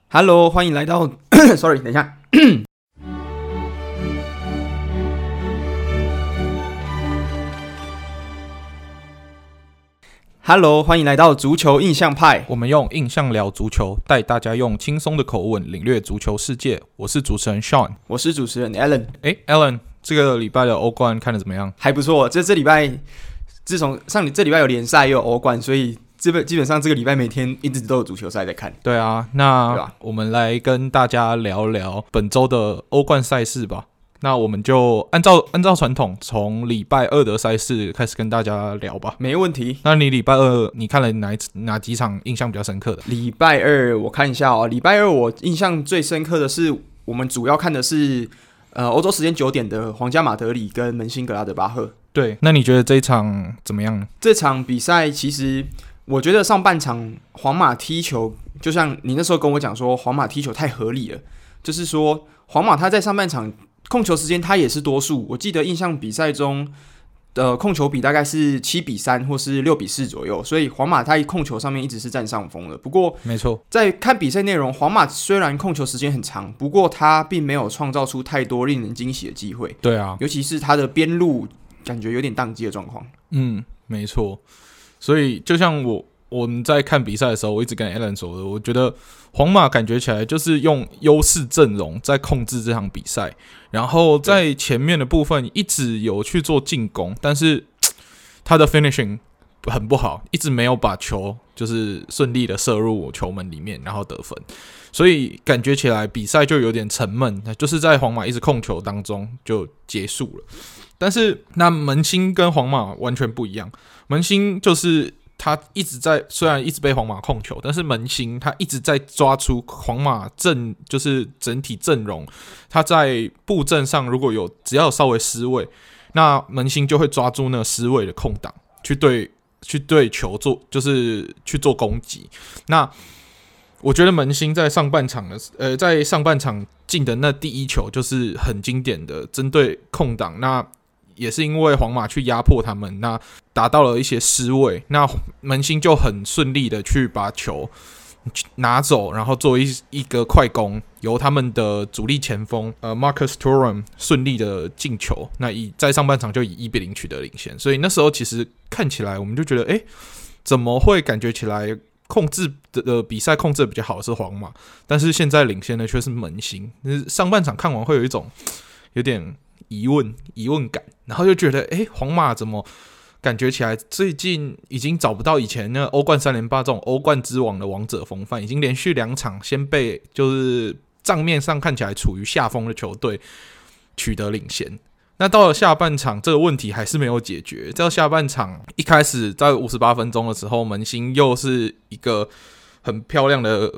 Hello， 欢迎来到，sorry， 等一下。Hello， 欢迎来到足球印象派。 我们用印象聊足球，带大家用轻松的口吻领略足球世界。我是主持人 Sean， 我是主持人 Alan。Alan， 这个礼拜的欧冠看得怎么样？ 还不错。这礼拜，自从这礼拜有联赛又有欧冠，所以基本上这个礼拜每天一直都有足球赛在看。 对啊，那我们来跟大家聊聊本周的欧冠赛事吧。那我们就按照传统，从礼拜二的赛事开始跟大家聊吧。 没问题。 那你礼拜二你看了哪几场印象比较深刻的？ 礼拜二我看一下哦。礼拜二我印象最深刻的是，我们主要看的是欧洲时间9点的皇家马德里跟门兴格拉德巴赫。 对，那你觉得这一场怎么样呢？ 这场比赛其实我觉得上半场皇马踢球，就像你那时候跟我讲说，皇马踢球太合理了，就是说皇马他在上半场控球时间他也是多数，我记得印象比赛中的控球比大概是7-3或是6-4左右，所以皇马他控球上面一直是占上风的。不过， 没错， 在看比赛内容，皇马虽然控球时间很长，不过他并没有创造出太多令人惊喜的机会。 对啊， 尤其是他的边路感觉有点宕机的状况。 没错。所以就像我们在看比赛的时候，我一直跟 Alan 说的，我觉得皇马感觉起来就是用优势阵容在控制这场比赛，然后在前面的部分一直有去做进攻，但是他的 finishing 很不好，一直没有把球就是顺利的射入球门里面，然后得分，所以感觉起来比赛就有点沉闷，就是在皇马一直控球当中就结束了。但是那门兴跟皇马完全不一样，门兴就是他一直在，虽然一直被皇马控球，但是门兴他一直在抓出皇马就是整体阵容，他在布阵上如果只要有稍微失位，那门兴就会抓住那个失位的空档去对球做，就是去做攻击。那我觉得门兴在上半场进的那第一球就是很经典的针对空档，那也是因为皇马去压迫他们，那达到了一些失位，那门兴就很顺利的去把球拿走，然后做一个快攻，由他们的主力前锋Marcus Thuram 顺利的进球，那在上半场就以1-0取得领先。所以那时候其实看起来我们就觉得，怎么会感觉起来比赛控制的比较好的是皇马，但是现在领先的却是门兴。上半场看完会有一种有点疑问感，然后就觉得皇马怎么感觉起来最近已经找不到以前那欧冠3连霸这种欧冠之王的王者风范，已经连续2场先被就是账面上看起来处于下风的球队取得领先。那到了下半场，这个问题还是没有解决。到下半场一开始在58分钟的时候，门兴又是一个很漂亮的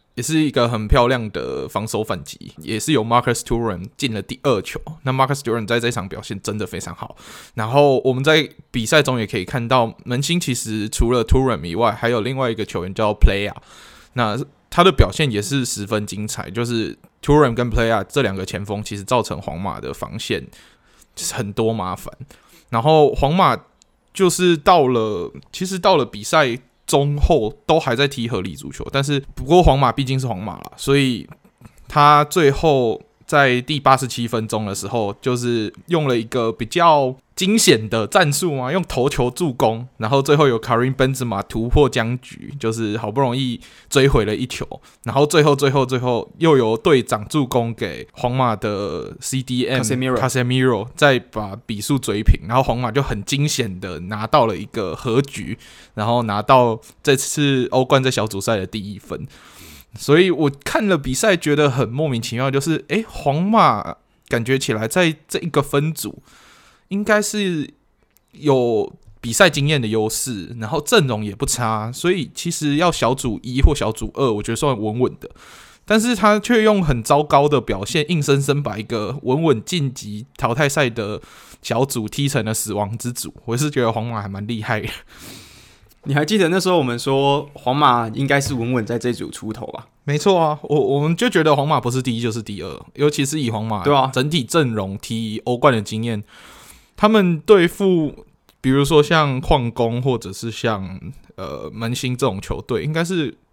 防守反击，也是由 Marcus Thuram 进了第2球。那 Marcus Thuram 在这场表现真的非常好。然后我们在比赛中也可以看到，门兴其实除了 Thuram 以外，还有另外一个球员叫 Playa， 那他的表现也是十分精彩。就是 Thuram 跟 Playa 这2个前锋，其实造成皇马的防线很多麻烦。然后皇马就是到了比赛中后都还在踢合理足球，但是不过皇马毕竟是皇马啦，所以他最后在第87分钟的时候，就是用了一个比较惊险的战术嘛，用头球助攻，然后最后有 Karim Benzema 突破僵局，就是好不容易追回了1球，然后最后又由队长助攻给皇马的 CDM Casemiro 再把比数追平，然后皇马就很惊险的拿到了一个和局，然后拿到这次欧冠在小组赛的第1分。所以我看了比赛觉得很莫名其妙，就是皇马感觉起来在这一个分组应该是有比赛经验的优势，然后阵容也不差，所以其实要小组1或小组2我觉得算稳稳的，但是他却用很糟糕的表现硬生生把一个稳稳晋级淘汰赛的小组踢成了死亡之组。我是觉得皇马还蛮厉害的。 你还记得那时候我们说皇马应该是稳稳在这组出头吧？ 没错啊，我们就觉得皇马不是第1就是第2，尤其是以皇马整体阵容踢欧冠的经验，他们对付比如说像矿工或者是像门兴这种球队，应该是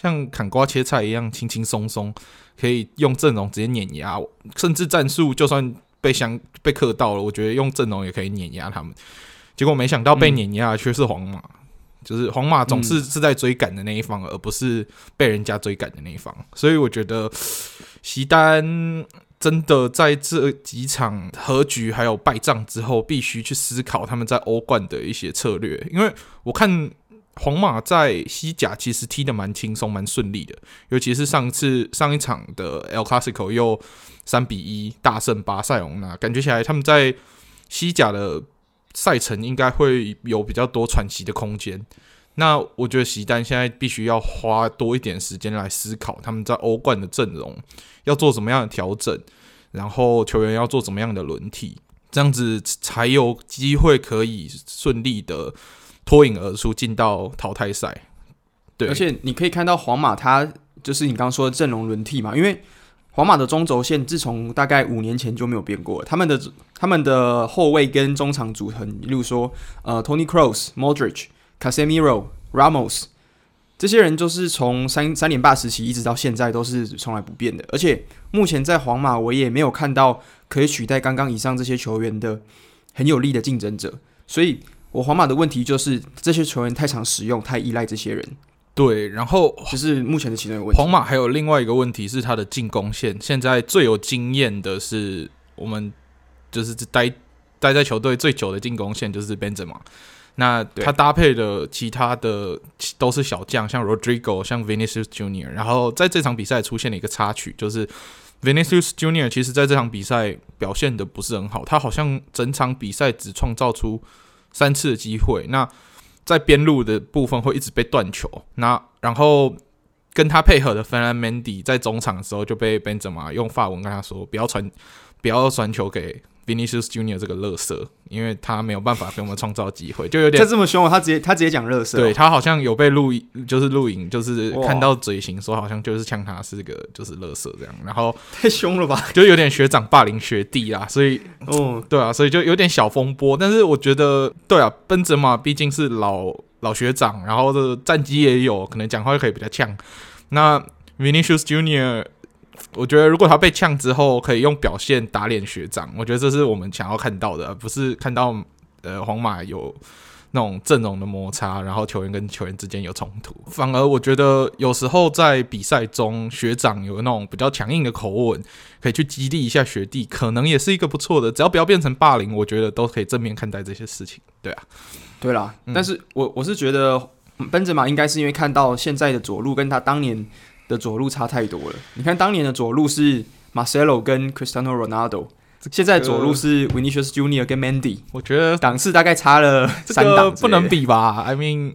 像砍瓜切菜一样轻轻松松，可以用阵容直接碾压，甚至战术就算被克到了，我觉得用阵容也可以碾压他们。结果没想到被碾压的却是皇马，就是皇马总是在追赶的那一方，而不是被人家追赶的那一方。所以我觉得席丹真的在这几场和局还有败仗之后，必须去思考他们在欧冠的一些策略。因为我看皇马在西甲其实踢得蛮轻松、蛮顺利的，尤其是上一场的 El Clasico 又3-1大胜巴塞隆纳，感觉起来他们在西甲的赛程应该会有比较多喘息的空间。那我觉得席丹现在必须要花多一点时间来思考他们在欧冠的阵容要做什么样的调整，然后球员要做怎么样的轮替，这样子才有机会可以顺利的脱颖而出进到淘汰赛。对， 而且你可以看到皇马他就是你刚刚说的阵容轮替嘛，因为皇马的中轴线自从大概5年前就没有变过了，他们的后卫跟中场组合，例如说Toni Kroos、Modric、Casemiro、Ramos 这些人就是从3连霸时期一直到现在都是从来不变的，而且目前在皇马我也没有看到可以取代刚刚以上这些球员的很有力的竞争者，所以我皇马的问题就是这些球员太常使用，太依赖这些人。 对，然后就是目前的其中一个问题。 皇马还有另外一个问题是他的进攻线，现在最有经验的是我们就是待在球队最久的进攻线就是 Benzema， 那他搭配的其他的都是小将，像 Rodrigo 像 Vinicius Junior， 然后在这场比赛出现了一个插曲，就是 Vinicius Junior 其实在这场比赛表现的不是很好，他好像整场比赛只创造出3次的机会，那在边路的部分会一直被断球，然后跟他配合的 Ferland Mendy 在中场的时候就被 Benzema 用法文跟他说不要传球给 Vinicius Junior 这个垃圾，因为他没有办法给我们创造机会，就有点这么凶，他直接讲垃圾。 对，他好像有被录影，就是看到嘴型说好像就是呛他是个就是垃圾这样，然后太凶了吧， 就有点学长霸凌学弟啦，所以对啊，所以就有点小风波。但是我觉得对啊，本泽马毕竟是老学长，然后的战绩也有，可能讲话就可以比较呛。那 Vinicius Junior。我觉得如果他被呛之后可以用表现打脸学长，我觉得这是我们想要看到的，而不是看到皇马有那种阵容的摩擦，然后球员跟球员之间有冲突。反而我觉得有时候在比赛中学长有那种比较强硬的口吻，可以去激励一下学弟，可能也是一个不错的，只要不要变成霸凌，我觉得都可以正面看待这些事情。对啊， 对啦，但是我是觉得本泽马应该是因为看到现在的左路跟他当年的左路差太多了。你看当年的左路是 Marcelo 跟 Cristiano Ronaldo， 现在左路是 Vinicius Junior 跟 Mendy， 我觉得档次大概差了3档， 这个不能比吧 I mean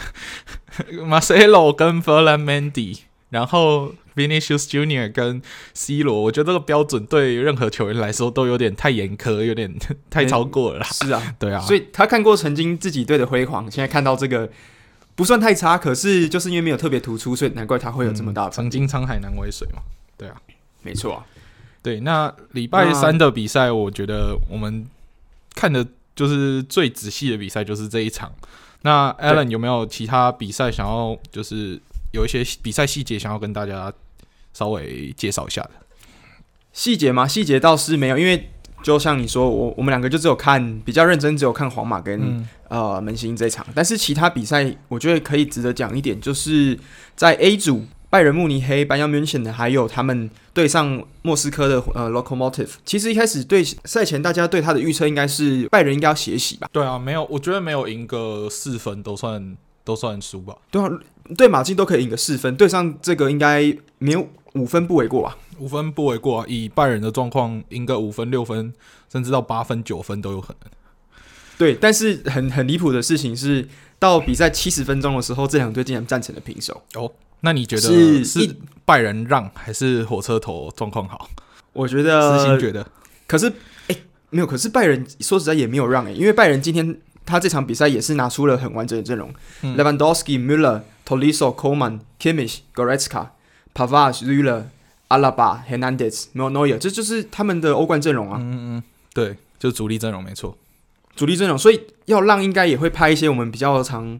Marcelo 跟 Ferland Mendy， 然后 Vinicius Junior 跟 C 罗，我觉得这个标准对任何球员来说都有点太严苛，有点太超过了啦。 是啊， 对啊， 所以他看过曾经自己队的辉煌，现在看到这个不算太差，可是就是因为没有特别突出，所以难怪他会有这么大的曾经沧海难为水嘛。对啊， 没错啊。 对，那礼拜3的比赛，我觉得我们看的就是最仔细的比赛就是这一场。那 Alan 有没有其他比赛想要，就是有一些比赛细节想要跟大家稍微介绍一下的？ 细节吗？细节倒是没有，因为就像你说，我们两个就只有看比较认真，只有看皇马跟门兴这一场。但是其他比赛，我觉得可以值得讲一点，就是在 A 组，拜仁慕尼黑、拜仁慕尼黑的，还有他们对上莫斯科的Lokomotiv。其实一开始对赛前大家对他的预测应该是拜仁应该要血洗吧？ 对啊，没有，我觉得没有赢个4分都算输吧。 对啊，对马竞都可以赢个4分，对上这个应该没有5分不为过吧 ？5分不为过啊！以拜仁的状况，赢个5分、6分，甚至到8分、9分都有可能。 对，但是很离谱的事情是，到比赛70分钟的时候，这两队竟然战成了平手。 哦，那你觉得是拜仁让还是火车头状况好？ 我觉得私心觉得， 可是没有，可是拜仁说实在也没有让因为拜仁今天他这场比赛也是拿出了很完整的阵容，Lewandowski、Müller、Kimmich、Goretzka、Pavard、Rüller、Alaba、Hernandez、Neuer， 这就是他们的欧冠阵容啊。 对，就是主力阵容没错。 主力阵容，所以要让应该也会派一些我们比较常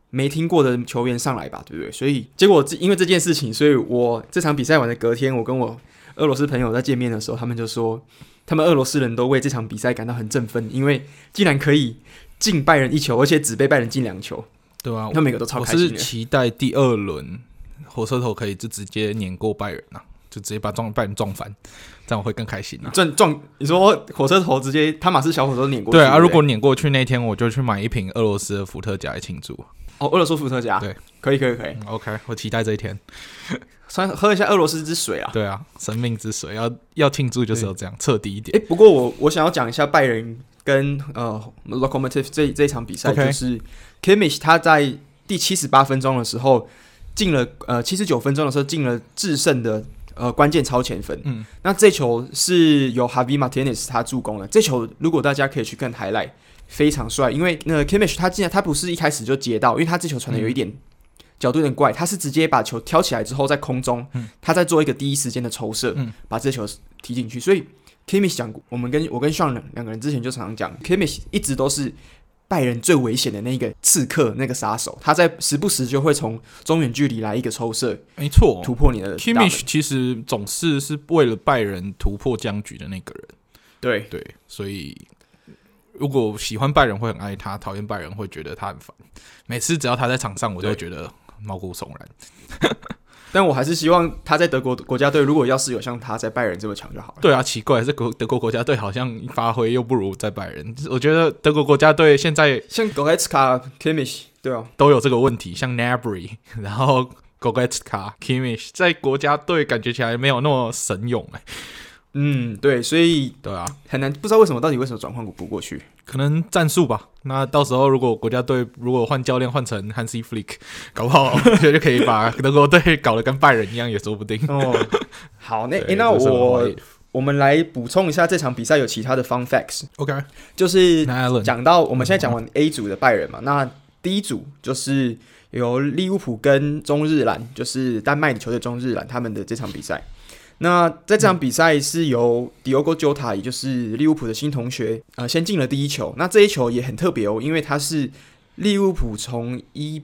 没听过的球员上来吧，对不对？所以结果因为这件事情，所以我这场比赛完的隔天，我跟我俄罗斯朋友在见面的时候，他们就说，他们俄罗斯人都为这场比赛感到很振奋，因为竟然可以进拜仁1球，而且只被拜仁进2球， 对啊， 他们每个都超开心的。 我是期待第2轮火车头可以就直接碾过拜仁啊，就直接把拜仁撞翻，这样我会更开心啊。 你说火车头直接他马是小火车碾过去， 对啊，如果碾过去那天，我就去买一瓶俄罗斯的伏特加来庆祝。 哦，俄罗斯伏特加， 对， 可以。 OK， 我期待这一天。 喝一下俄罗斯之水啊！ 对啊，生命之水要庆祝就是要这样彻底一点。 不过我想要讲一下拜仁跟Lokomotiv 这一场比赛， 就是 Kimmich 他在第78分钟的时候进了79分钟的时候进了制胜的关键超前分。那这球是由 Javi Martinez 他助攻的。这球如果大家可以去看highlight，非常帅，因为那个 Kimmich 他不是一开始就接到，因为他这球传的有一点角度有点怪，他是直接把球挑起来之后在空中，他在做一个第一时间的抽射，把这球踢进去。所以 Kimmich 讲，我跟 Sean 两个人之前就常常讲 ，Kimmich 一直都是拜仁最危险的那个刺客，那个杀手，他在时不时就会从中远距离来一个抽射， 没错， 突破你的大门。 Kimmich 其实总是为了拜仁突破僵局的那个人。对，所以如果喜欢拜仁会很爱他，讨厌拜仁会觉得他很烦。每次只要他在场上，我就会觉得毛骨悚然。 但我还是希望他在德国国家队，如果要是有像他在拜仁这么强就好了。 对啊，奇怪，德国国家队好像发挥又不如在拜仁。我觉得德国国家队现在像 Goretzka、Kimmich， 对啊， 都有这个问题，像 Gnabry， 然后 Goretzka、Kimmich 在国家队感觉起来没有那么神勇对，所以对啊， 很难，不知道为什么转换不过去， 可能战术吧。那到时候如果国家队换教练换成 Hansi Flick， 搞不好就可以把德国队搞得跟拜仁一样也说不定。 好，那我们来补充一下这场比赛有其他的 fun facts。OK， 就是讲到我们现在讲完 A 组的拜仁嘛，那第一组就是由利物浦跟中日兰，就是丹麦的球队中日兰他们的这场比赛。那在这场比赛是由 Diogo Jota， 也就是利物浦的新同学，先进了第一球。那这一球也很特别因为他是利物浦从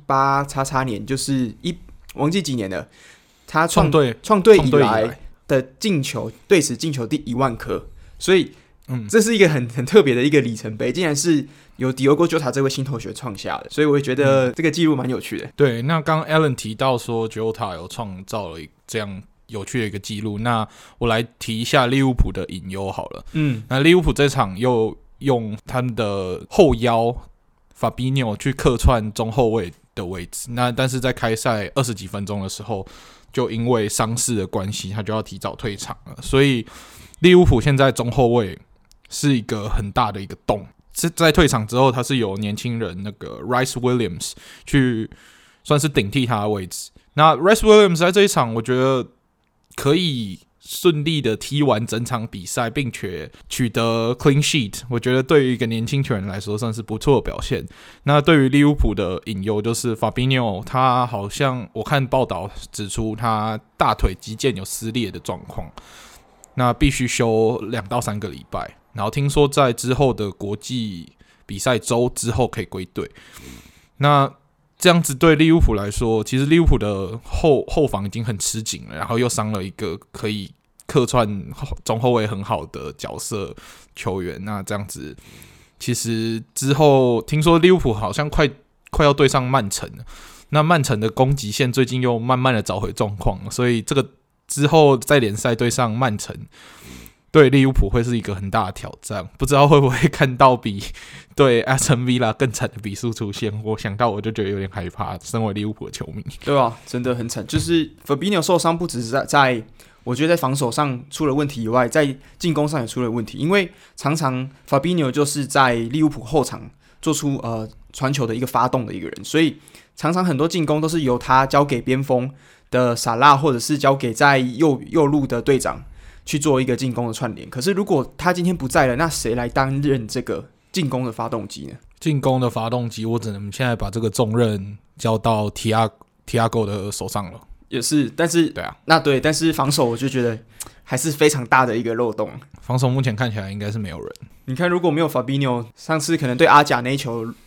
18XX年，就是忘记几年了，他创队以来的进球，队史进球第10000颗，所以这是一个很特别的一个里程碑，竟然是由 Diogo Jota 这位新同学创下的，所以我也觉得这个记录蛮有趣的。 对，那刚 Alan 提到说 Jota 有创造了这样有趣的一个记录，那我来提一下利物浦的隐忧好了。那利物浦这场又用他们的后腰 Fabinho 去客串中后卫的位置，那但是在开赛20几分钟的时候，就因为伤势的关系，他就要提早退场了。所以利物浦现在中后卫是一个很大的一个洞。在退场之后，他是由年轻人那个 Rice Williams 去算是顶替他的位置。那 Rice Williams 在这一场，我觉得可以顺利的踢完整场比赛，并且取得 clean sheet， 我觉得对于一个年轻球员来说算是不错的表现。那对于利物浦的隐忧就是 Fabinho， 他好像我看报道指出他大腿肌腱有撕裂的状况，那必须休2到3个礼拜。然后听说在之后的国际比赛周之后可以归队。那这样子对利物浦来说，其实利物浦的后防已经很吃紧了，然后又伤了一个可以客串中后卫很好的角色球员。那这样子，其实之后听说利物浦好像快要对上曼城了。那曼城的攻击线最近又慢慢的找回状况，所以这个之后在联赛对上曼城，对利物浦会是一个很大的挑战，不知道会不会看到比对 Aston Villa 更惨的比数出现。我想到我就觉得有点害怕，身为利物浦的球迷。 对啊，真的很惨。就是 Fabinho 受伤，不只是在我觉得在防守上出了问题以外，在进攻上也出了问题。因为常常 Fabinho 就是在利物浦后场做出传球的一个发动的一个人，所以常常很多进攻都是由他交给边锋的萨拉，或者是交给在右路的队长去做一个进攻的串联。可是如果他今天不在了，那谁来担任这个进攻的发动机呢？ 进攻的发动机，我只能现在把这个重任交到 Thiago 的手上了。 也是，但是对啊， 但是防守我就觉得还是非常大的一个漏洞。防守目前看起来应该是没有人。 你看，如果没有 Fabinho， 上次可能对阿贾那一球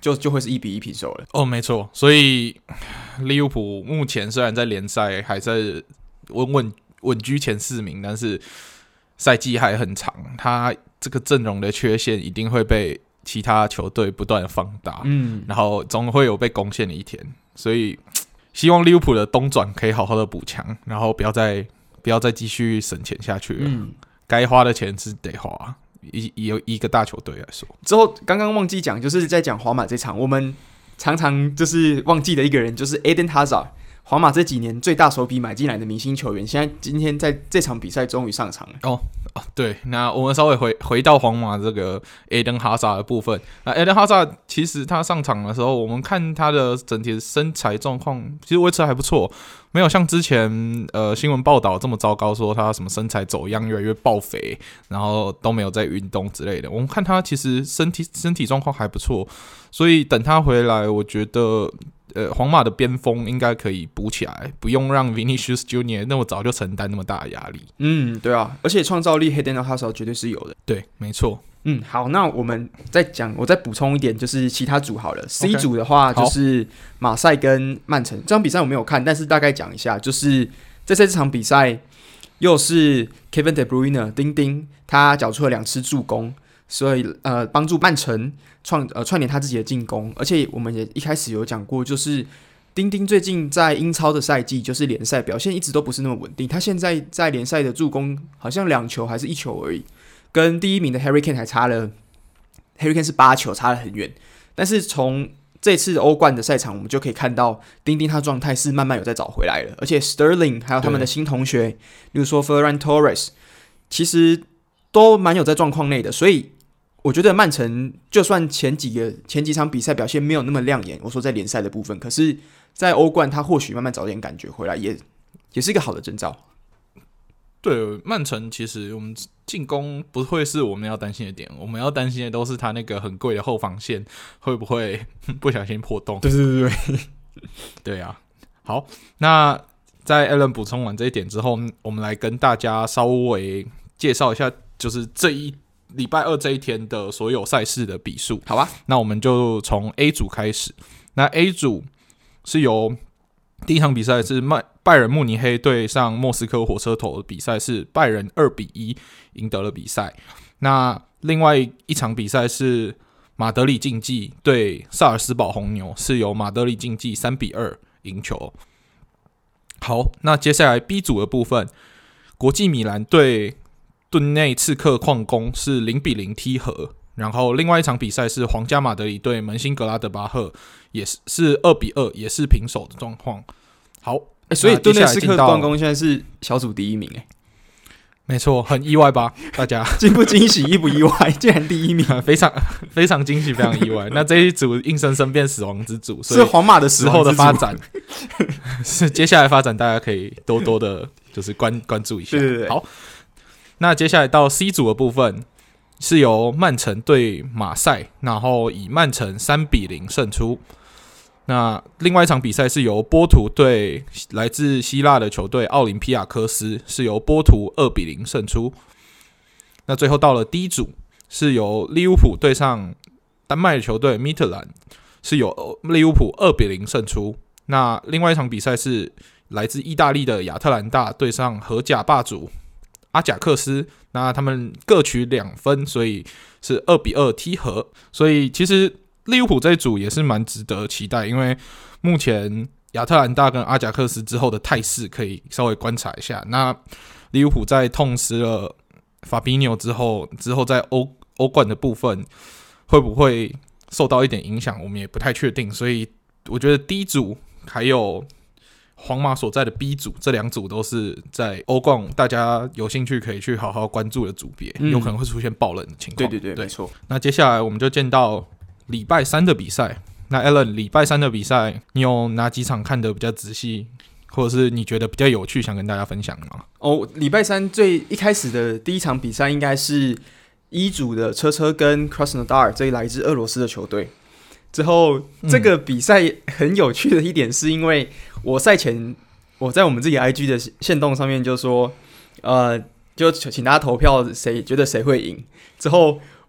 就会是1-1平手了。 没错，所以利物浦目前虽然在联赛还在稳居前4名，但是赛季还很长，他这个阵容的缺陷一定会被其他球队不断的放大，然后总会有被攻陷的一天，所以希望利物浦的东转可以好好的补强，然后不要再继续省钱下去了，该花的钱是得花。以一个大球队来说， 之后刚刚忘记讲，就是在讲皇马这场，我们常常就是忘记的一个人，就是 Eden Hazard， 皇马这几年最大手笔买进来的明星球员，今天在这场比赛终于上场了。 对，那我们稍微回到皇马这个 Eden Hazard 的部分。那 Eden Hazard 其实他上场的时候，我们看他的整体的身材状况，其实维持还不错，没有像之前新闻报道这么糟糕，说他什么身材走样越来越爆肥，然后都没有在运动之类的。我们看他其实身体状况还不错，所以等他回来，我觉得皇马的边锋应该可以补起来，不用让 Vinicius Junior 那么早就承担那么大的压力。 对啊，而且创造力 Eden Hazard 绝对是有的。 对，没错。 好，那我们我再补充一点，就是其他组好了。C 组的话就是马赛跟曼城，这场比赛我没有看，但是大概讲一下，就是在这场比赛又是 Kevin De Bruyne 丁丁，他缴出了2次助攻，所以帮助曼城串联他自己的进攻。而且我们也一开始有讲过，就是丁丁最近在英超的赛季，就是联赛表现一直都不是那么稳定。他现在在联赛的助攻好像2球还是1球而已，跟第1名的 Harry Kane 还差了 ，Harry Kane 是8球，差得很远。但是从这次欧冠的赛场，我们就可以看到丁丁他状态是慢慢有在找回来了。而且 Sterling 还有他们的新同学，例如说 Ferran Torres， 其实都蛮有在状况内的。所以我觉得曼城就算前几场比赛表现没有那么亮眼，我说在联赛的部分，可是在欧冠他或许慢慢找点感觉回来，也是一个好的征兆。 对，曼城其实我们进攻不会是我们要担心的点，我们要担心的都是他那个很贵的后防线会不会不小心破洞。 对对啊。好，那在 Alan 补充完这一点之后，我们来跟大家稍微介绍一下，就是礼拜2这一天的所有赛事的比数。 好吧， 那我们就从 A 组开始。那 A 组是由第一场比赛是拜仁慕尼黑对上莫斯科火车头的比赛，是拜仁2-1赢得了比赛。那另外一场比赛是马德里竞技对萨尔斯堡红牛，是由马德里竞技3-2赢球。好，那接下来 B 组的部分，国际米兰对顿内刺客矿工是0-0踢和。然后另外一场比赛是皇家马德里对门兴格拉德巴赫，也是2-2，也是平手的状况。好， 所以顿内刺客矿工现在是小组第1名， 没错，很意外吧？大家惊不惊喜，意不意外？竟然第1名， 非常非常惊喜，非常意外。那这一组硬生生变死亡之组，所以是皇马的死亡之组。 之后的发展是接下来发展，大家可以多多的，就是关注一下。 对。 好，那接下来到 C 组的部分，是由曼城对马赛，然后以曼城3-0胜出。那另外一场比赛是由波图对来自希腊的球队奥林匹亚科斯，是由波图2-0胜出。那最后到了 D 组，是由利物浦对上丹麦的球队米特兰，是由利物浦2-0胜出。那另外一场比赛是来自意大利的亚特兰大对上荷甲霸主阿贾克斯，那他们各取2分，所以是2-2踢和。所以其实利物浦这一组也是蛮值得期待，因为目前亚特兰大跟阿贾克斯之后的态势可以稍微观察一下。那利物浦在痛失了法比纽之后在欧冠的部分会不会受到一点影响，我们也不太确定。所以我觉得 D 组还有皇马所在的 B 组，这2组都是在欧冠大家有兴趣可以去好好关注的组别，有可能会出现爆冷的情况。 对，没错。 那接下来我们就见到礼拜3的比赛。那 Alan， 礼拜3的比赛你有哪几场看得比较仔细，或者是你觉得比较有趣想跟大家分享的吗？ 礼拜3最一开始的第一场比赛应该是E组的车跟 Krasnodar 这一来自俄罗斯的球队。之后这个比赛很有趣的一点是因为我赛前我在我们自己 IG 的限动上面就说就请大家投票谁觉得谁会赢。之后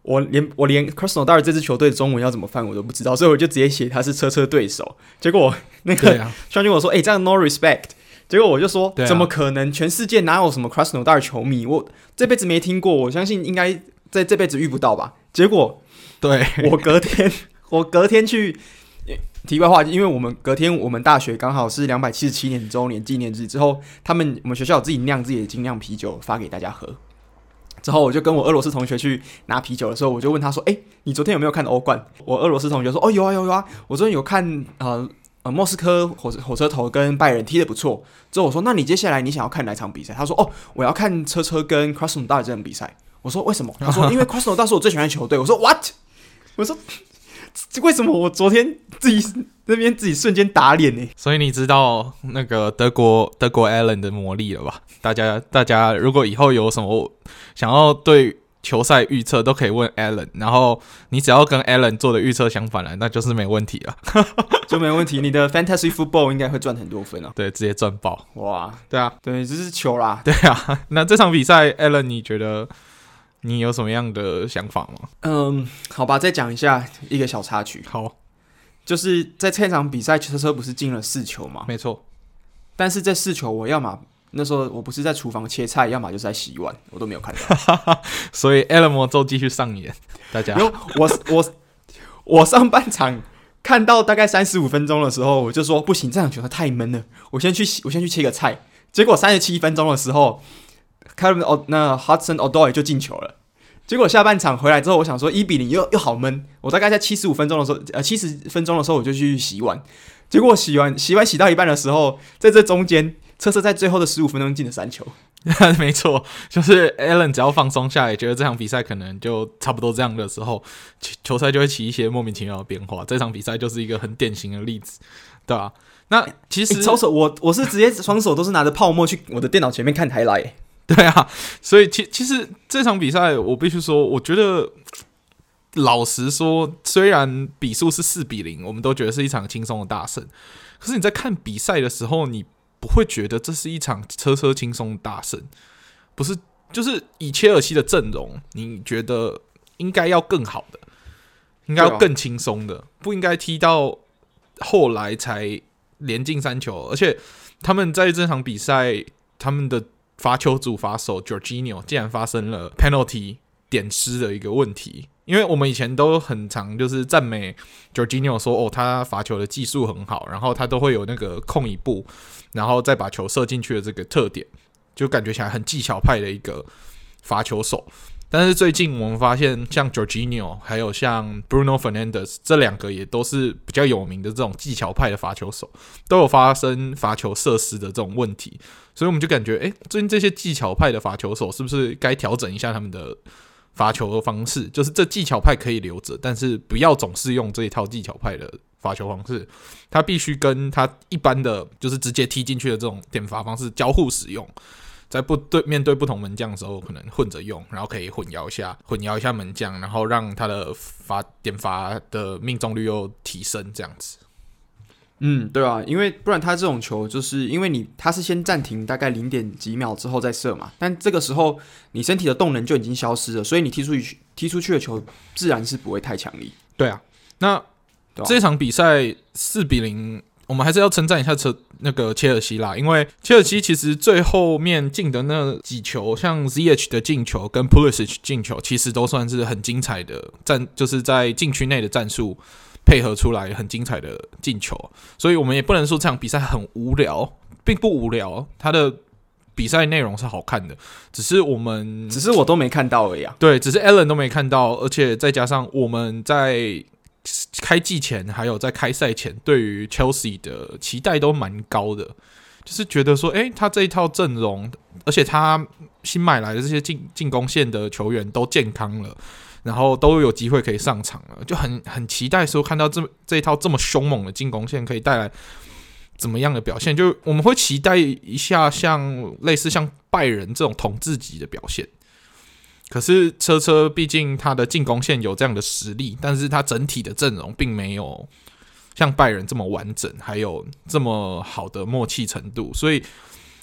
我连 Krasnodar 这支球队的中文要怎么翻我都不知道，所以我就直接写他是车对手。结果那个双军我说，这样 no respect。结果我就说，怎么可能？全世界哪有什么 Krasnodar 球迷？我这辈子没听过，我相信应该在这辈子遇不到吧。结果，对我隔天去。题外话，因为我们大学刚好是277年周年纪念日之后，我们学校有自己酿自己的精酿啤酒发给大家喝。之后我就跟我俄罗斯同学去拿啤酒的时候，我就问他说：“你昨天有没有看欧冠？”我俄罗斯同学说：“有啊，我昨天有看莫斯科火车头跟拜仁踢得不错。”之后我说：“那你接下来你想要看哪场比赛？”他说：“我要看车跟 Krasnodar 这场比赛。”我说：“为什么？”他说：“因为 Krasnodar 是我最喜欢的球队。”我说 ：“What？” 我说。为什么我昨天自己瞬间打脸呢？ 所以你知道那个德国 Allen 的魔力了吧？大家如果以后有什么想要对球赛预测，都可以问 Allen， 然后你只要跟 Allen 做的预测相反了，那就是没问题了， 就没问题。你的 Fantasy Football 应该会赚很多分啊！ 对，直接赚爆！ 哇， 对啊， 对，这是球啦。 对啊，那这场比赛 Allen 你觉得？你有什么样的想法吗？ 好吧，再讲一个小插曲。 好， 就是在这场比赛，车不是进了4球吗？ 没错。但是这4球，我要么那时候我不是在厨房切菜，要么就是在洗碗，我都没有看到。 所以 Allen 魔咒继续上演，大家。 我上半场看到大概35分钟的时候，我就说不行，这场球太闷了，我先去切个菜。结果37分钟的时候。那 Hudson Odoi 就进球了，结果下半场回来之后，我想说1-0又好闷，我大概在70分钟的时候我就去洗碗，结果洗到一半的时候，在这中间，车在最后的15分钟进了3球。 没错，就是 Allen 只要放松下来，觉得这场比赛可能就差不多这样的时候，球赛就会起一些莫名其妙的变化。这场比赛就是一个很典型的例子，对吧？那其实我是直接双手都是拿着泡沫去我的电脑前面看台来。 对啊，所以其实这场比赛我必须说，我觉得老实说，虽然比数是4-0，我们都觉得是一场轻松的大胜，可是你在看比赛的时候，你不会觉得这是一场车轻松的大胜，不是？就是以切尔西的阵容，你觉得应该要更好的，应该要更轻松的，不应该踢到后来才连进3球，而且他们在这场比赛，他们的罚球主罚手 Jorginho 竟然发生了 penalty 点失的一个问题，因为我们以前都很常就是赞美 Jorginho 说他罚球的技术很好，然后他都会有那个控一步，然后再把球射进去的这个特点，就感觉起来很技巧派的一个罚球手。但是最近我们发现，像 Jorginho 还有像 Bruno Fernandes 这2个也都是比较有名的这种技巧派的罚球手，都有发生罚球射失的这种问题，所以我们就感觉，最近这些技巧派的罚球手是不是该调整一下他们的罚球的方式？就是这技巧派可以留着，但是不要总是用这一套技巧派的罚球方式，他必须跟他一般的就是直接踢进去的这种点罚方式交互使用。在面对不同门将的时候，可能混着用，然后可以混淆一下门将，然后让他的点罚的命中率又提升，这样子。 对啊，因为不然他这种球就是因为他是先暂停大概0点几秒之后再射嘛，但这个时候你身体的动能就已经消失了，所以你踢出去的球自然是不会太强力。 对啊，那这场比赛4-0。我们还是要称赞一下那个切尔西啦，因为切尔西其实最后面进的那几球，像 ZH 的进球跟 Pulisic 进球，其实都算是很精彩的就是在禁区内的战术配合出来很精彩的进球，所以我们也不能说这场比赛很无聊，并不无聊，它的比赛内容是好看的，只是我都没看到而已啊。 对，只是 Allen 都没看到，而且再加上我们在开季前还有在开赛前对于 Chelsea 的期待都蛮高的，就是觉得说他这一套阵容，而且他新买来的这些进攻线的球员都健康了，然后都有机会可以上场了，就很期待说看到这一套这么凶猛的进攻线可以带来怎么样的表现，就我们会期待一下类似像拜仁这种统治级的表现。可是车毕竟他的进攻线有这样的实力，但是他整体的阵容并没有像拜仁这么完整，还有这么好的默契程度，所以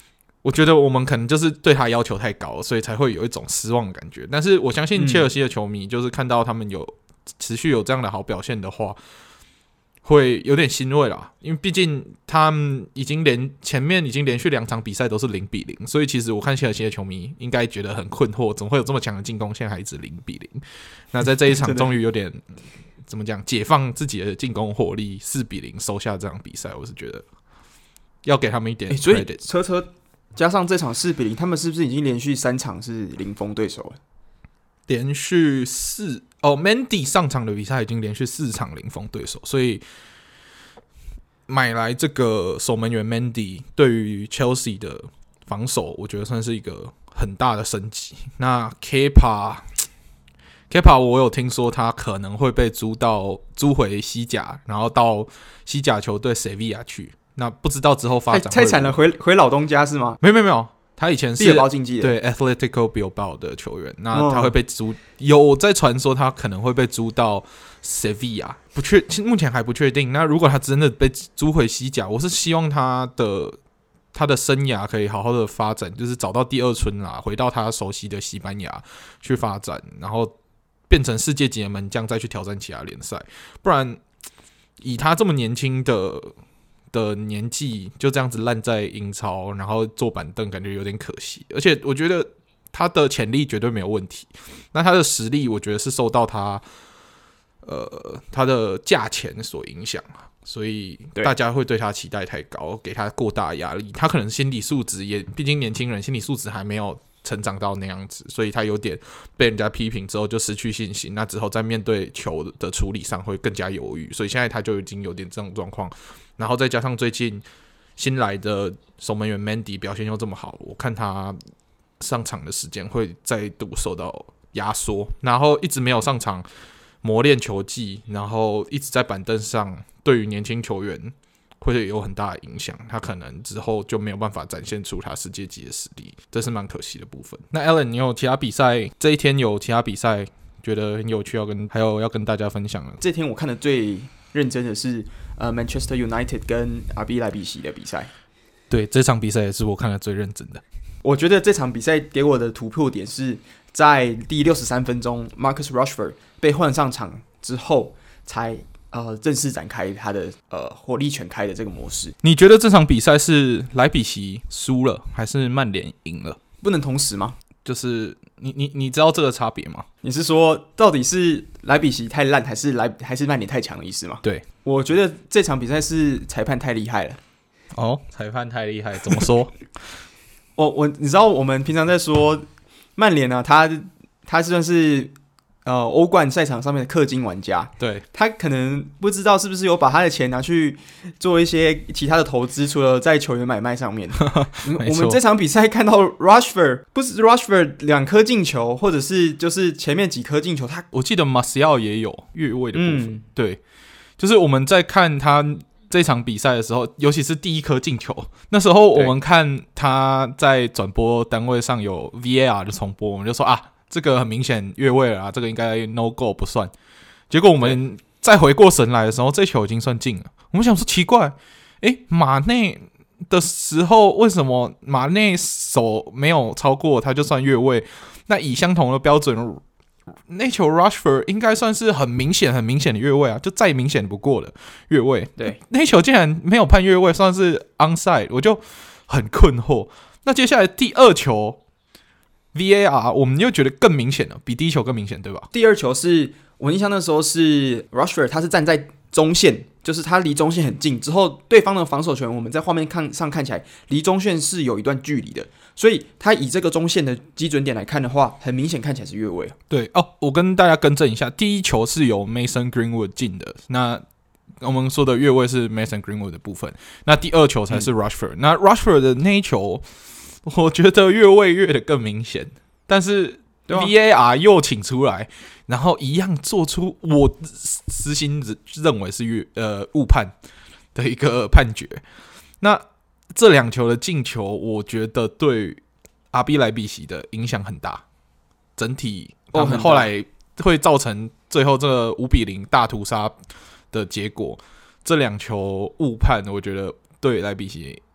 我觉得我们可能就是对他要求太高了，所以才会有一种失望的感觉。但是我相信切尔西的球迷就是看到他们有持续有这样的好表现的话，会有点欣慰啦，因为毕竟他们前面已经连续2场比赛都是0-0，所以其实我看切尔西的球迷应该觉得很困惑，怎么会有这么强的进攻，现在还一直0-0？那在这一场终于有点怎么讲，解放自己的进攻火力，4-0收下这场比赛，我是觉得要给他们一点 credit。 所以车加上这场4-0，他们是不是已经连续3场是零封对手了？ 连续Mendy 上场的比赛已经连续4场零封对手，所以买来这个守门员 Mendy 对于 Chelsea 的防守，我觉得算是一个很大的升级。那 Kepa 我有听说他可能会被租回西甲，然后到西甲球队 Sevilla 去。那不知道之后发展太惨了，回老东家是吗？ 没有，他以前是毕尔包竞技的， 对 Atletico Bilbao 的球员。那他会被租，有在传说他可能会被租到 Sevilla， 目前还不确定。那如果他真的被租回西甲，我是希望他的生涯可以好好的发展，就是找到第二春啦，回到他熟悉的西班牙去发展，然后变成世界级的门将，再去挑战其他联赛。不然以他这么年轻的年纪就这样子烂在英超，然后坐板凳，感觉有点可惜。而且我觉得他的潜力绝对没有问题，那他的实力我觉得是受到他的价钱所影响，所以大家会对他期待太高，给他过大压力。他可能心理素质也，毕竟年轻人心理素质还没有成长到那样子，所以他有点被人家批评之后就失去信心，那之后在面对球的处理上会更加犹豫，所以现在他就已经有点这种状况。然后再加上最近新来的守门员 Mendy 表现又这么好，我看他上场的时间会再度受到压缩，然后一直没有上场磨练球技，然后一直在板凳上，对于年轻球员会有很大的影响，他可能之后就没有办法展现出他世界级的实力，这是蛮可惜的部分。那 Alan， 你有其他比赛？这一天有其他比赛觉得很有趣还有要跟大家分享的？ 这天我看的最认真的是Manchester United 跟 RB 莱比锡的比赛。 对，这场比赛也是我看的最认真的。 我觉得这场比赛给我的突破点是在第63分钟 Marcus Rashford 被换上场之后，才正式展开他的火力全开的这个模式。 你觉得这场比赛是莱比锡输了，还是曼联赢了？ 不能同时吗？ 就是你知道这个差别吗？ 你是说到底是莱比锡太烂，还是曼联太强的意思吗？ 对， 我觉得这场比赛是裁判太厉害了。 哦，裁判太厉害，怎么说？ 你知道我们平常在说曼联啊，他算是欧冠赛场上面的氪金玩家， 对， 他可能不知道是不是有把他的钱拿去做一些其他的投资，除了在球员买卖上面。我们这场比赛看到 Rashford 不是 Rashford 2颗进球，或者是就是前面几颗进球，我记得 Martial 也有越位的部分，对，就是我们在看他这场比赛的时候，尤其是第一颗进球，那时候我们看他在转播单位上有 VAR 的重播，我们就说啊，这个很明显越位了啊，这个应该 no goal 不算。结果我们再回过神来的时候，这球已经算进了。我们想说奇怪，马内的时候为什么马内手没有超过他就算越位？那以相同的标准，那球 Rashford 应该算是很明显的越位啊，就再明显不过的越位。 对， 那球竟然没有判越位，算是 onside， 我就很困惑。那接下来第二球 VAR 我们又觉得更明显了，比第一球更明显，对吧？ 第二球是我印象那时候是 Rashford 他是站在中线，就是他离中线很近，之后对方的防守球员我们在画面上看起来离中线是有一段距离的，所以他以这个中线的基准点来看的话，很明显看起来是越位。 对哦，我跟大家更正一下，第一球是由 Mason Greenwood 进的，那我们说的越位是 Mason Greenwood 的部分，那第二球才是 Rashford。那 Rashford 的那一球，我觉得越位越的更明显，但是 VAR 又请出来，然后一样做出我私心认为是误判的一个判决。那这两球的进球，我觉得对RB莱比锡的影响很大，整体他们后来会造成最后这个5-0大屠杀的结果。这两球误判，我觉得对莱比锡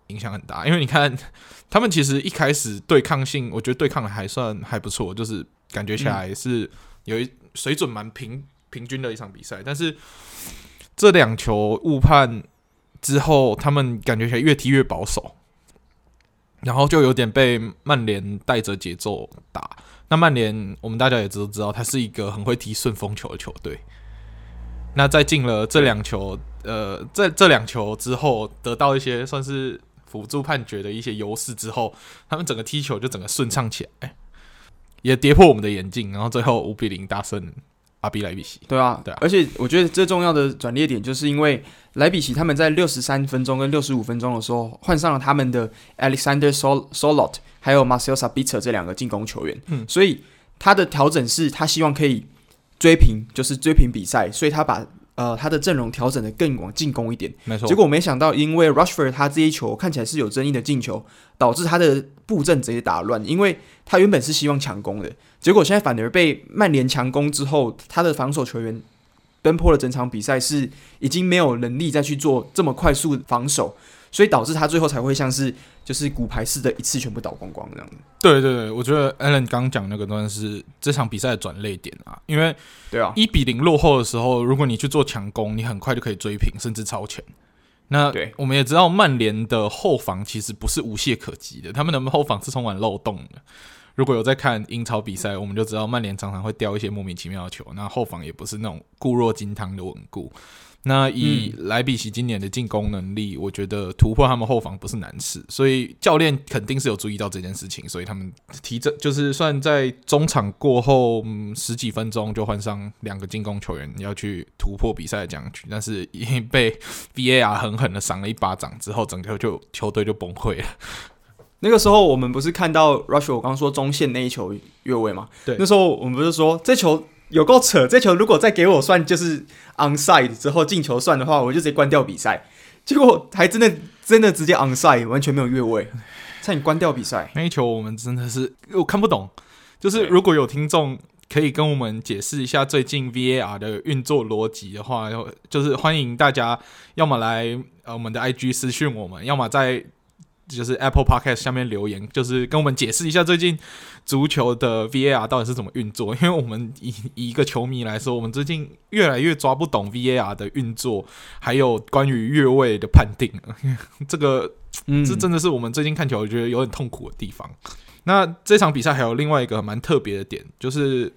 影响很大，因为你看他们其实一开始对抗性，我觉得对抗的还不错，就是感觉起来是有一水准蛮平均的一场比赛，但是这2球误判之后，他们感觉起来越踢越保守，然后就有点被曼联带着节奏打。那曼联我们大家也都知道，他是一个很会踢顺风球的球队。那在进了这2球，这2球之后，得到一些算是辅助判决的一些优势之后，他们整个踢球就整个顺畅起来，也跌破我们的眼镜，然后最后5-0大胜阿比莱比锡。 对啊，而且我觉得最重要的转捩点，就是因为莱比锡他们在63分钟跟65分钟的时候换上了他们的 Alexander Sørloth 还有 Marcel Sabitzer 这2个进攻球员，所以他的调整是他希望可以追平比赛，所以他把他的阵容调整的更往进攻一点。 没错。 结果没想到，因为 Rashford 他这一球看起来是有争议的进球，导致他的布阵直接打乱，因为他原本是希望强攻的，结果现在反而被曼联强攻之后，他的防守球员奔波了整场比赛是已经没有能力再去做这么快速的防守，所以导致他最后才会像是就是骨牌式的一次全部倒光光这样子。 对，我觉得 Alan 刚讲那个段是这场比赛的转捩点啊，因为对啊 1-0落后的时候，如果你去做强攻，你很快就可以追平甚至超前。那我们也知道曼联的后防其实不是无懈可击的，他们的后防是充满漏洞的。如果有在看英超比赛，我们就知道曼联常常会掉一些莫名其妙的球，那后防也不是那种固若金汤的稳固。那以莱比锡今年的进攻能力，我觉得突破他们后防不是难事，所以教练肯定是有注意到这件事情，所以他们就是算在中场过后10几分钟就换上2个进攻球员要去突破比赛的僵局，但是已经被 VAR 狠狠的赏了一巴掌之后，整个球队就崩溃了。 那个时候我们不是看到 Rashford 我刚说中线那一球越位吗？对，那时候我们不是说这球有够扯，这球如果再给我算就是 onside 之后进球算的话，我就直接关掉比赛。结果还真的直接 onside， 完全没有越位，差点关掉比赛。 那一球我们真的是我看不懂，就是如果有听众可以跟我们解释一下最近 VAR 的运作逻辑的话，就是欢迎大家要么来我们的 IG 私讯我们，要么在就是 Apple Podcast 下面留言，就是跟我们解释一下最近足球的 VAR 到底是怎么运作。因为我们以一个球迷来说，我们最近越来越抓不懂 VAR 的运作，还有关于越位的判定。这真的是我们最近看球我觉得有点痛苦的地方。那这场比赛还有另外一个蛮特别的点，就是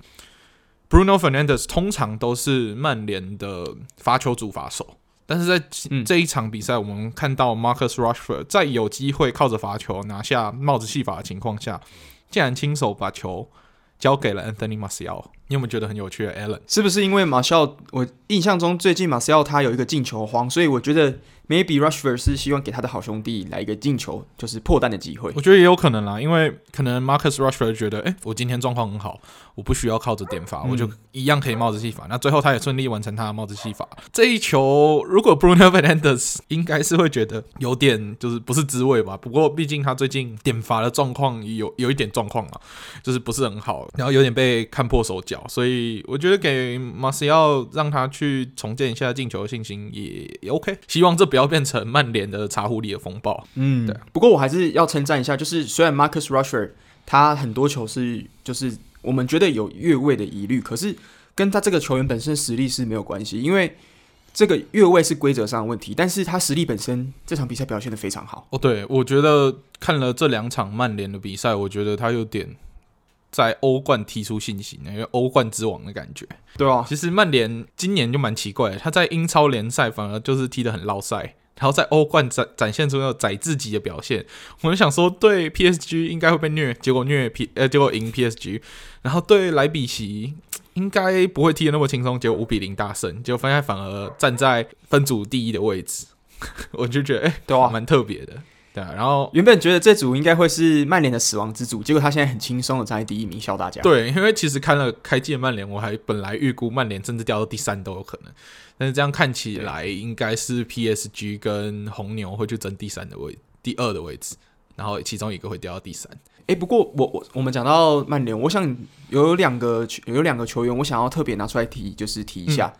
Bruno Fernandes 通常都是曼联的罚球主罚手。但是在这一场比赛，我们看到 Marcus Rashford 在有机会靠着罚球拿下帽子戏法的情况下，竟然亲手把球交给了 Anthony Martial。你有没有觉得很有趣的 Alan？ 是不是因为 Martial 我印象中最近 Martial 他有一个进球荒，所以我觉得 maybe Rashford 是希望给他的好兄弟来一个进球，就是破蛋的机会。 我觉得也有可能啦，因为可能 Marcus Rashford 觉得，我今天状况很好，我不需要靠着点罚，我就一样可以帽子戏法。那最后他也顺利完成他的帽子戏法。这一球，如果 Bruno Fernandes 应该是会觉得有点就是不是滋味吧。不过毕竟他最近点罚的状况有一点状况嘛，就是不是很好，然后有点被看破手脚，所以我觉得给 Martial 让他去重建一下进球的信心也 OK。希望这不要变成曼联的茶壶里的风暴。 对。不过我还是要称赞一下，就是虽然 Marcus Rashford 他很多球是就是我们觉得有越位的疑虑，可是跟他这个球员本身实力是没有关系，因为这个越位是规则上的问题，但是他实力本身这场比赛表现得非常好。 对，我觉得看了这2场曼联的比赛，我觉得他有点在欧冠踢出信心，因为欧冠之王的感觉。 对啊， 其实曼联今年就蛮奇怪的，他在英超联赛反而就是踢得很落赛，然后在欧冠展现出那种宰自己的表现。我就想说，对 PSG 应该会被虐，结果赢 PSG， 然后对莱比锡应该不会踢得那么轻松，结果5-0大胜，结果反而站在分组第1的位置，我就觉得对啊，蛮特别的。对啊，然后原本觉得这组应该会是曼联的死亡之组，结果他现在很轻松的站在第1名，笑大家。 对，因为其实看了开季的曼联，我还本来预估曼联甚至掉到第3都有可能，但是这样看起来应该是 PSG 跟红牛会去争第2的位置，然后其中一个会掉到第3。 不过我们讲到曼联，我想有两个球员，我想要特别拿出来提，就是提一下。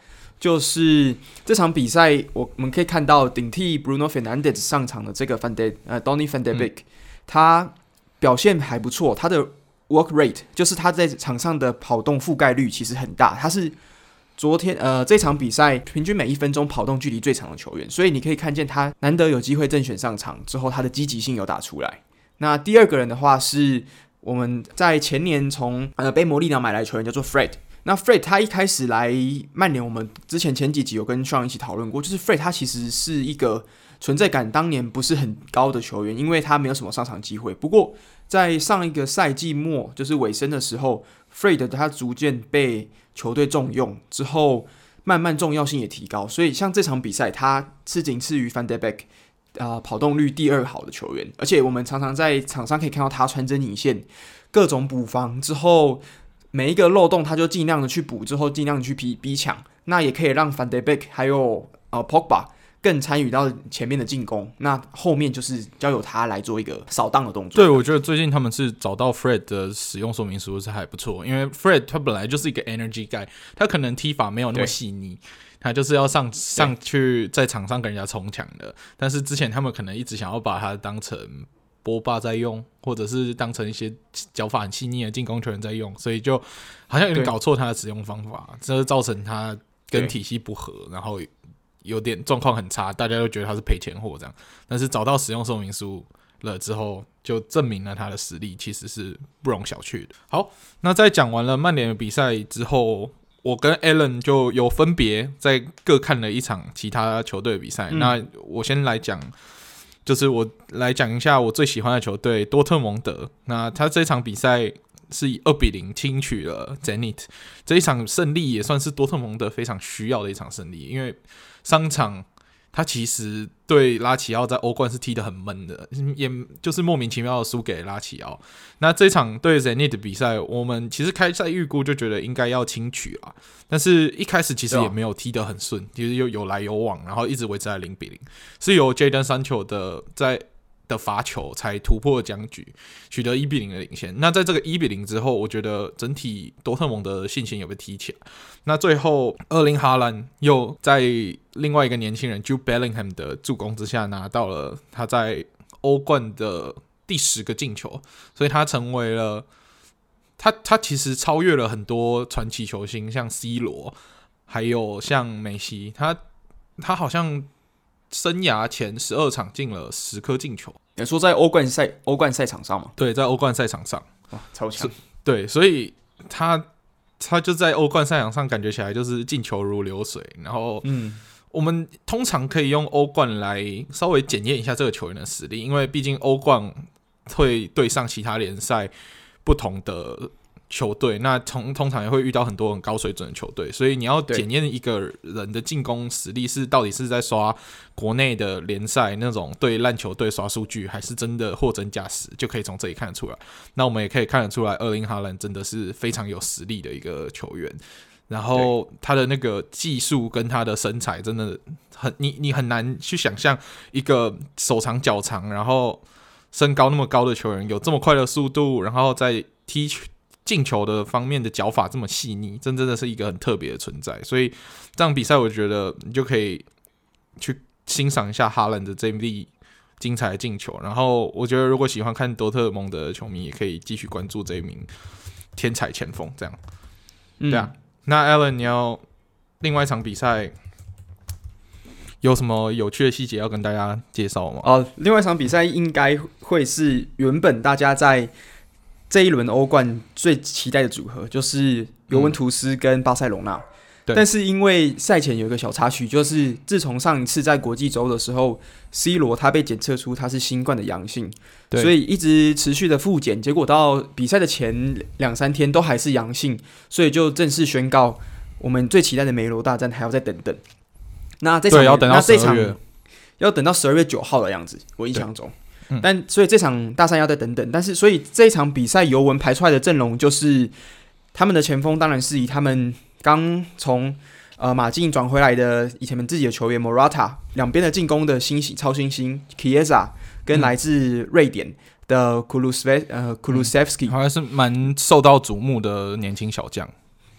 就是这场比赛我们可以看到顶替 Bruno Fernandes 上场的这个Donny van de Beek，他表现还不错，他的 work rate 就是他在场上的跑动覆盖率其实很大，他是昨天这场比赛平均每1分钟跑动距离最长的球员，所以你可以看见他难得有机会正选上场之后，他的积极性有打出来。那第二个人的话是我们在前年从被魔力鸟买来的球员叫做 Fred。那 Fred 他一开始来曼联，我们之前前几集有跟 Sean 一起讨论过，就是 Fred 他其实是一个存在感当年不是很高的球员，因为他没有什么上场机会。不过在上一个赛季末，就是尾声的时候 ，Fred 他逐渐被球队重用之后，慢慢重要性也提高。所以像这场比赛，他是仅次于 Van de Beek，跑动率第2好的球员，而且我们常常在场上可以看到他穿针引线，各种补防之后。每一个漏洞，他就尽量的去补，之后尽量的去逼抢，那也可以让 Van de Beek 还有Pogba 更参与到前面的进攻，那后面就是交由他来做一个扫荡的动作。 对，我觉得最近他们是找到 Fred 的使用说明书是还不错，因为 Fred 他本来就是一个 energy guy， 他可能踢法没有那么细腻，他就是要上去在场上跟人家冲抢的，但是之前他们可能一直想要把他当成波霸在用，或者是当成一些脚法很细腻的进攻球员在用，所以就好像有点搞错他的使用方法，这造成他跟体系不合，然后有点状况很差，大家都觉得他是赔钱货这样。但是找到使用说明书了之后，就证明了他的实力其实是不容小觑的。好，那在讲完了曼联的比赛之后，我跟 Alan 就有分别在各看了一场其他球队的比赛。那我先来讲。就是我来讲一下我最喜欢的球队多特蒙德。那他这场比赛是以2-0轻取了 Zenit， 这一场胜利也算是多特蒙德非常需要的一场胜利，因为上场他其实对拉齐奥在欧冠是踢得很闷的，也就是莫名其妙的输给拉齐奥。那这场对 Zenit 的比赛，我们其实开赛预估就觉得应该要轻取啦，但是一开始其实也没有踢得很顺，其实有来有往，然后一直维持在0-0，是由 Jadon Sancho 的罚球才突破僵局，取得1-0的领先。那在这个1-0之后，我觉得整体多特蒙德的信心有被提起来。那最后厄林哈兰又在另外一个年轻人 Jude Bellingham 的助攻之下，拿到了他在欧冠的第10个进球，所以他成为了他其实超越了很多传奇球星，像 C 罗，还有像梅西，他好像生涯前12场进了10颗进球。 你说在欧冠赛场上吗？ 对，在欧冠赛场上， 哇，超强。 对，所以他就在欧冠赛场上感觉起来就是进球如流水。然后，我们通常可以用欧冠来稍微检验一下这个球员的实力，因为毕竟欧冠会对上其他联赛不同的球队，那通常也会遇到很多很高水准的球队，所以你要检验一个人的进攻实力是到底是在刷国内的联赛那种对烂球队刷数据，还是真的货真价实，就可以从这里看得出来。那我们也可以看得出来，厄林哈兰真的是非常有实力的一个球员，然后他的那个技术跟他的身材真的你很难去想象一个手长脚长，然后身高那么高的球员有这么快的速度，然后在踢进球的方面的脚法这么细腻，真的是一个很特别的存在。所以这场比赛我觉得你就可以去欣赏一下哈兰的这一粒精彩的进球，然后我觉得如果喜欢看多特蒙德的球迷也可以继续关注这一名天才前锋这样。对啊，那 Alan 你要另外一场比赛有什么有趣的细节要跟大家介绍吗？ 另外一场比赛应该会是原本大家在这一轮欧冠最期待的组合，就是尤文图斯跟巴塞罗那。但是因为赛前有一个小插曲，就是自从上一次在国际周的时候 C 罗他被检测出他是新冠的阳性，所以一直持续的复检，结果到比赛的前2-3天都还是阳性，所以就正式宣告我们最期待的梅罗大战还要再等等。那这场要等到12月， 要等到12月9号的样子，我印象中。但所以这场大赛要再等等，但是所以这一场比赛尤文排出来的阵容就是他们的前锋，当然是以他们刚从马竞转回来的以前们自己的球员 Morata， 两边的进攻的超新星 Chiesa 跟来自瑞典的Kulusevski， 好像是蛮受到瞩目的年轻小将。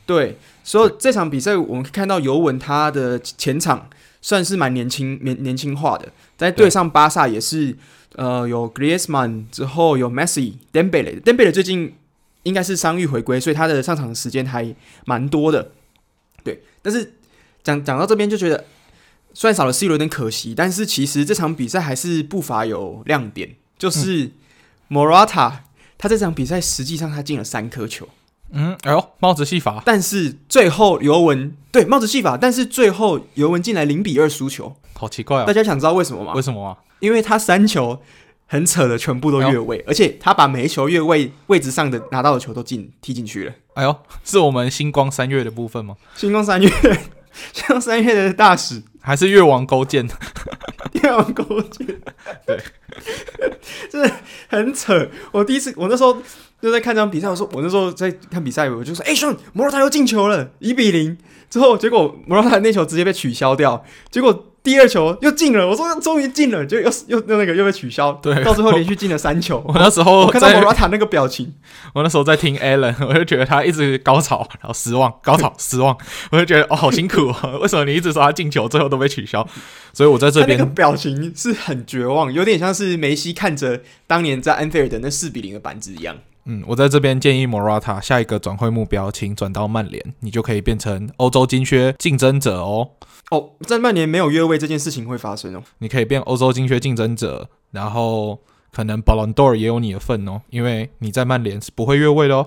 对，所以这场比赛我们可以看到尤文他的前场算是蛮年轻化的，在对上巴萨也是有 Griezmann 之后有 Messi、Dembele 最近应该是伤愈回归，所以他的上场时间还蛮多的。对，但是讲到这边就觉得虽然少了 C 罗有点可惜，但是其实这场比赛还是不乏有亮点，就是Morata 他这场比赛实际上他进了3颗球。 哎呦，帽子戏法， 但是最后尤文对帽子戏法，但是最后尤文进来0-2输球， 好奇怪啊！ 大家想知道为什么吗？ 为什么啊？ 因为他3球很扯的，全部都越位，而且他把每一球越位位置上的拿到的球都踢进去了。 哎呦，是我们星光3月的部分吗？ 星光3月的大使， 还是越王勾践？ 越王勾践， 对， 真的很扯。我那时候就在看这场比赛，我那时候在看比赛，我就说：“Sean， 莫拉塔又进球了，1-0。”之后结果莫拉塔那球直接被取消掉，结果第2球又进了，我说终于进了，就又被取消， 对， 到最后连续进了3球。 我那时候我看到莫拉塔那个表情， 我那时候在听 Alan， 我就觉得他一直高潮，然后失望，高潮失望，我就觉得好辛苦哦，为什么你一直说他进球，最后都被取消？所以我在这边他那个表情是很绝望，有点像是梅西看着当年在安菲尔德那4-0的板子一样。 我在这边建议 Morata 下一个转会目标，请转到曼联，你就可以变成欧洲金靴竞争者哦。 在曼联没有越位这件事情会发生哦。 你可以变欧洲金靴竞争者，然后可能 Ballon d'Or 也有你的份哦，因为你在曼联是不会越位的哦。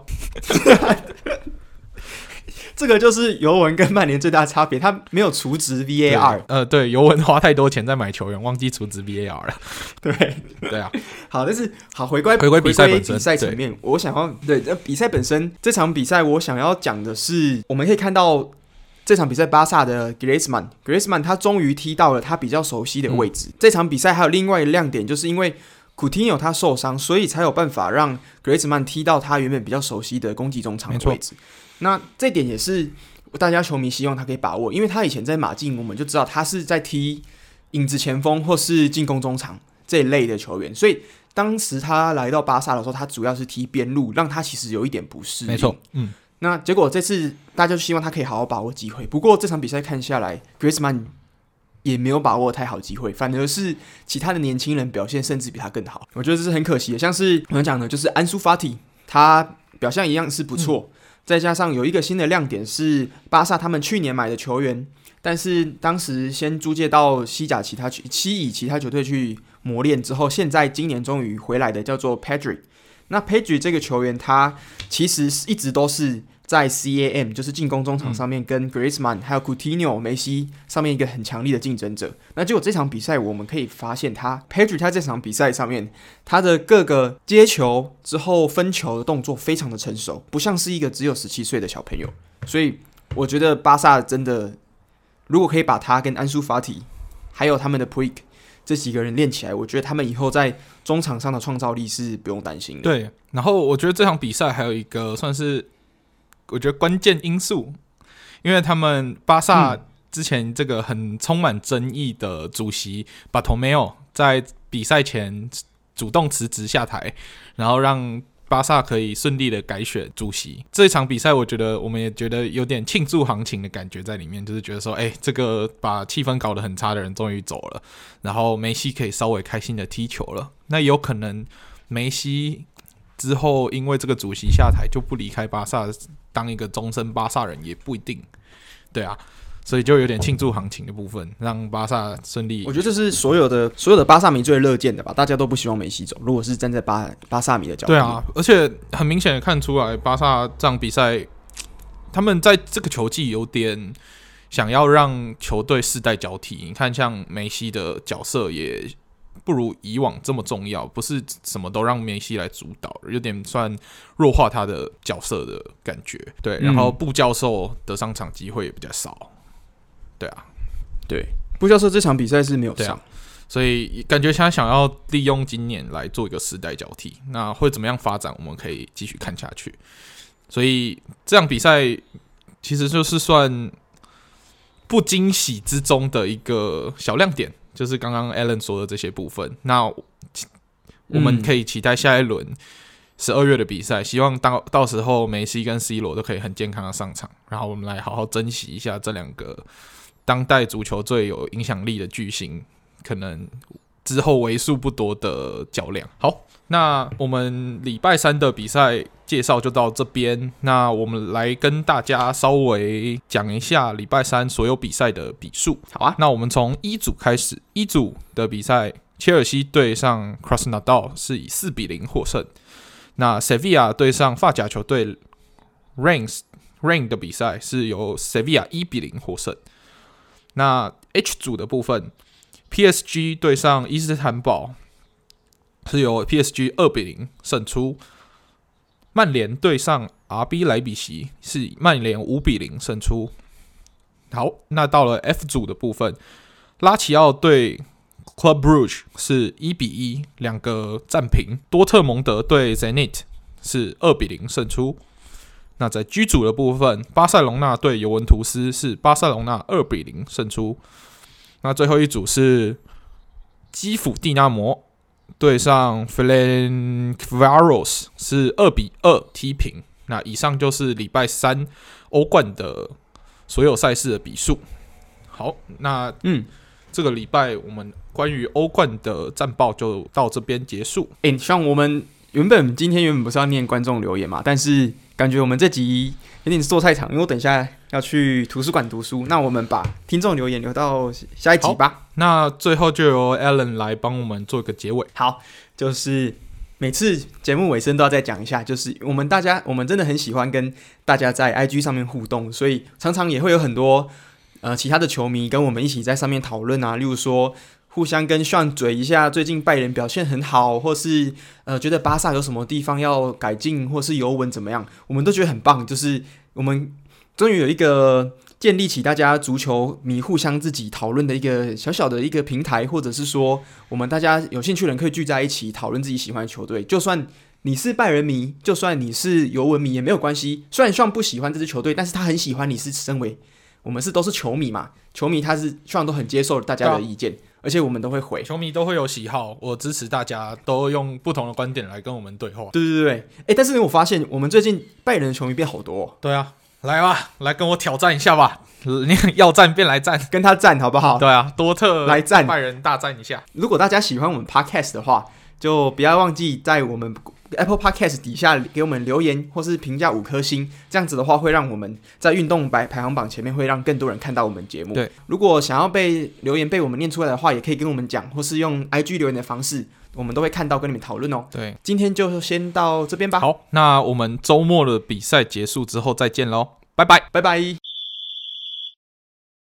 这个就是尤文跟曼联最大的差别，他没有除职 VAR。 对，尤文花太多钱在买球员，忘记除职 VAR 了。对啊。 好，但是回归比赛本身， 比赛层面，我想要比赛本身这场比赛，我想要讲的是，我们可以看到这场比赛巴萨的 Griezmann 他终于踢到了他比较熟悉的位置。这场比赛还有另外一个亮点，就是因为Coutinho 他受伤，所以才有办法让 Griezmann 踢到他原本比较熟悉的攻击中场的位置。那这点也是大家球迷希望他可以把握，因为他以前在马竞我们就知道他是在踢影子前锋或是进攻中场这一类的球员，所以当时他来到巴萨的时候，他主要是踢边路，让他其实有一点不适应。 没错， 那结果这次大家就希望他可以好好把握机会，不过这场比赛看下来 Griezmann 也没有把握太好机会，反而是其他的年轻人表现甚至比他更好，我觉得这是很可惜的。像是我们讲的就是安苏法提，他表现一样是不错，再加上有一个新的亮点是巴萨他们去年买的球员，但是当时先租借到西乙其他球队去磨练之后，现在今年终于回来的叫做 Pedri。那 Pedri 这个球员他其实一直都是在 CAM 就是进攻中场上面跟 Griezmann 还有 Coutinho 梅西上面一个很强力的竞争者。那结果这场比赛我们可以发现Pedri 他这场比赛上面他的各个接球之后分球的动作非常的成熟，不像是一个只有17岁的小朋友。所以我觉得巴萨真的如果可以把他跟安苏法提还有他们的 Puig 这几个人练起来，我觉得他们以后在中场上的创造力是不用担心的。 对，然后我觉得这场比赛还有一个算是我觉得关键因素，因为他们巴萨之前这个很充满争议的主席巴托梅奥在比赛前主动辞职下台，然后让巴萨可以顺利的改选主席。这一场比赛我觉得我们也觉得有点庆祝行情的感觉在里面，就是觉得说这个把气氛搞得很差的人终于走了，然后梅西可以稍微开心的踢球了。那有可能梅西之后因为这个主席下台就不离开巴萨当一个终身巴萨人也不一定，对啊，所以就有点庆祝行情的部分，让巴萨顺利。 我觉得这是所有的巴萨迷最乐见的吧，大家都不希望梅西走。如果是站在巴萨迷的角度， 对啊，而且很明显的看出来，巴萨这场比赛他们在这个球季有点想要让球队世代交替。你看，像梅西的角色也不如以往这么重要，不是什么都让梅西来主导，有点算弱化他的角色的感觉。对，然后布教授的上场机会也比较少。对啊， 对，布教授这场比赛是没有上， 所以感觉他想要利用今年来做一个世代交替。那会怎么样发展，我们可以继续看下去。所以这场比赛其实就是算不惊喜之中的一个小亮点。就是刚刚 Alan 说的这些部分，那我们可以期待下一轮 12月的比赛，希望到时候梅西跟 C 罗都可以很健康的上场，然后我们来好好珍惜一下这2个当代足球最有影响力的巨星，可能之后为数不多的较量。好，那我们礼拜3的比赛介绍就到这边。那我们来跟大家稍微讲一下礼拜3所有比赛的比数。 好啊， 那我们从一组开始，一组的比赛，切尔西对上 Krasnodar 是以4-0获胜。那 Sevilla 对上法甲球队 Rennes 的比赛是由 Sevilla 1-0获胜。那 H 组的部分 PSG 对上伊斯坦堡是由 PSG 2-0胜出，曼联对上 RB 莱比锡是以曼联5-0胜出。好，那到了 F 组的部分，拉齐奥对 Club Brugge 是1-1，两个战平。多特蒙德对 Zenit 是2-0胜出。那在 G 组的部分，巴塞隆纳对尤文图斯是巴塞隆纳2-0胜出。那最后一组是基辅蒂纳摩对上 Ferencváros 是2-2踢平。那以上就是礼拜3欧冠的所有赛事的比数。好，那这个礼拜我们关于欧冠的战报就到这边结束。 像我们今天原本不是要念观众留言嘛，但是感觉我们这集有点做太长，因为我等一下要去图书馆读书，那我们把听众留言留到下一集吧。 那最后就由 Alan 来帮我们做一个结尾。 好，就是每次节目尾声都要再讲一下，就是我们真的很喜欢跟大家在 IG 上面互动，所以常常也会有很多其他的球迷跟我们一起在上面讨论啊，例如说互相跟 Sean 嘴一下最近拜仁表现很好，或是觉得巴萨有什么地方要改进，或是尤文怎么样，我们都觉得很棒。就是我们终于有一个建立起大家足球迷互相自己讨论的一个小小的一个平台，或者是说我们大家有兴趣的人可以聚在一起讨论自己喜欢的球队。就算你是拜仁迷，就算你是尤文迷也没有关系。虽然 Sean 不喜欢这支球队，但是他很喜欢你，是身为我们都是球迷嘛，球迷他是Sean都很接受大家的意见。而且我们都会回， 球迷都会有喜好，我支持大家都用不同的观点来跟我们对话。 对，但是我发现我们最近拜仁的球迷变好多哦。 对啊，来吧，来跟我挑战一下吧，你要战便来战， 跟他战好不好？ 对啊，多特来战， 拜仁大战一下。 如果大家喜欢我们 Podcast 的话，就不要忘记在我们Apple Podcast 底下给我们留言或是评价5颗星，这样子的话会让我们在运动排行榜前面，会让更多人看到我们节目。 对， 如果想要留言被我们念出来的话，也可以跟我们讲，或是用 IG 留言的方式，我们都会看到跟你们讨论哦。 对， 今天就先到这边吧。 好，那我们周末的比赛结束之后再见咯，拜拜， 拜拜。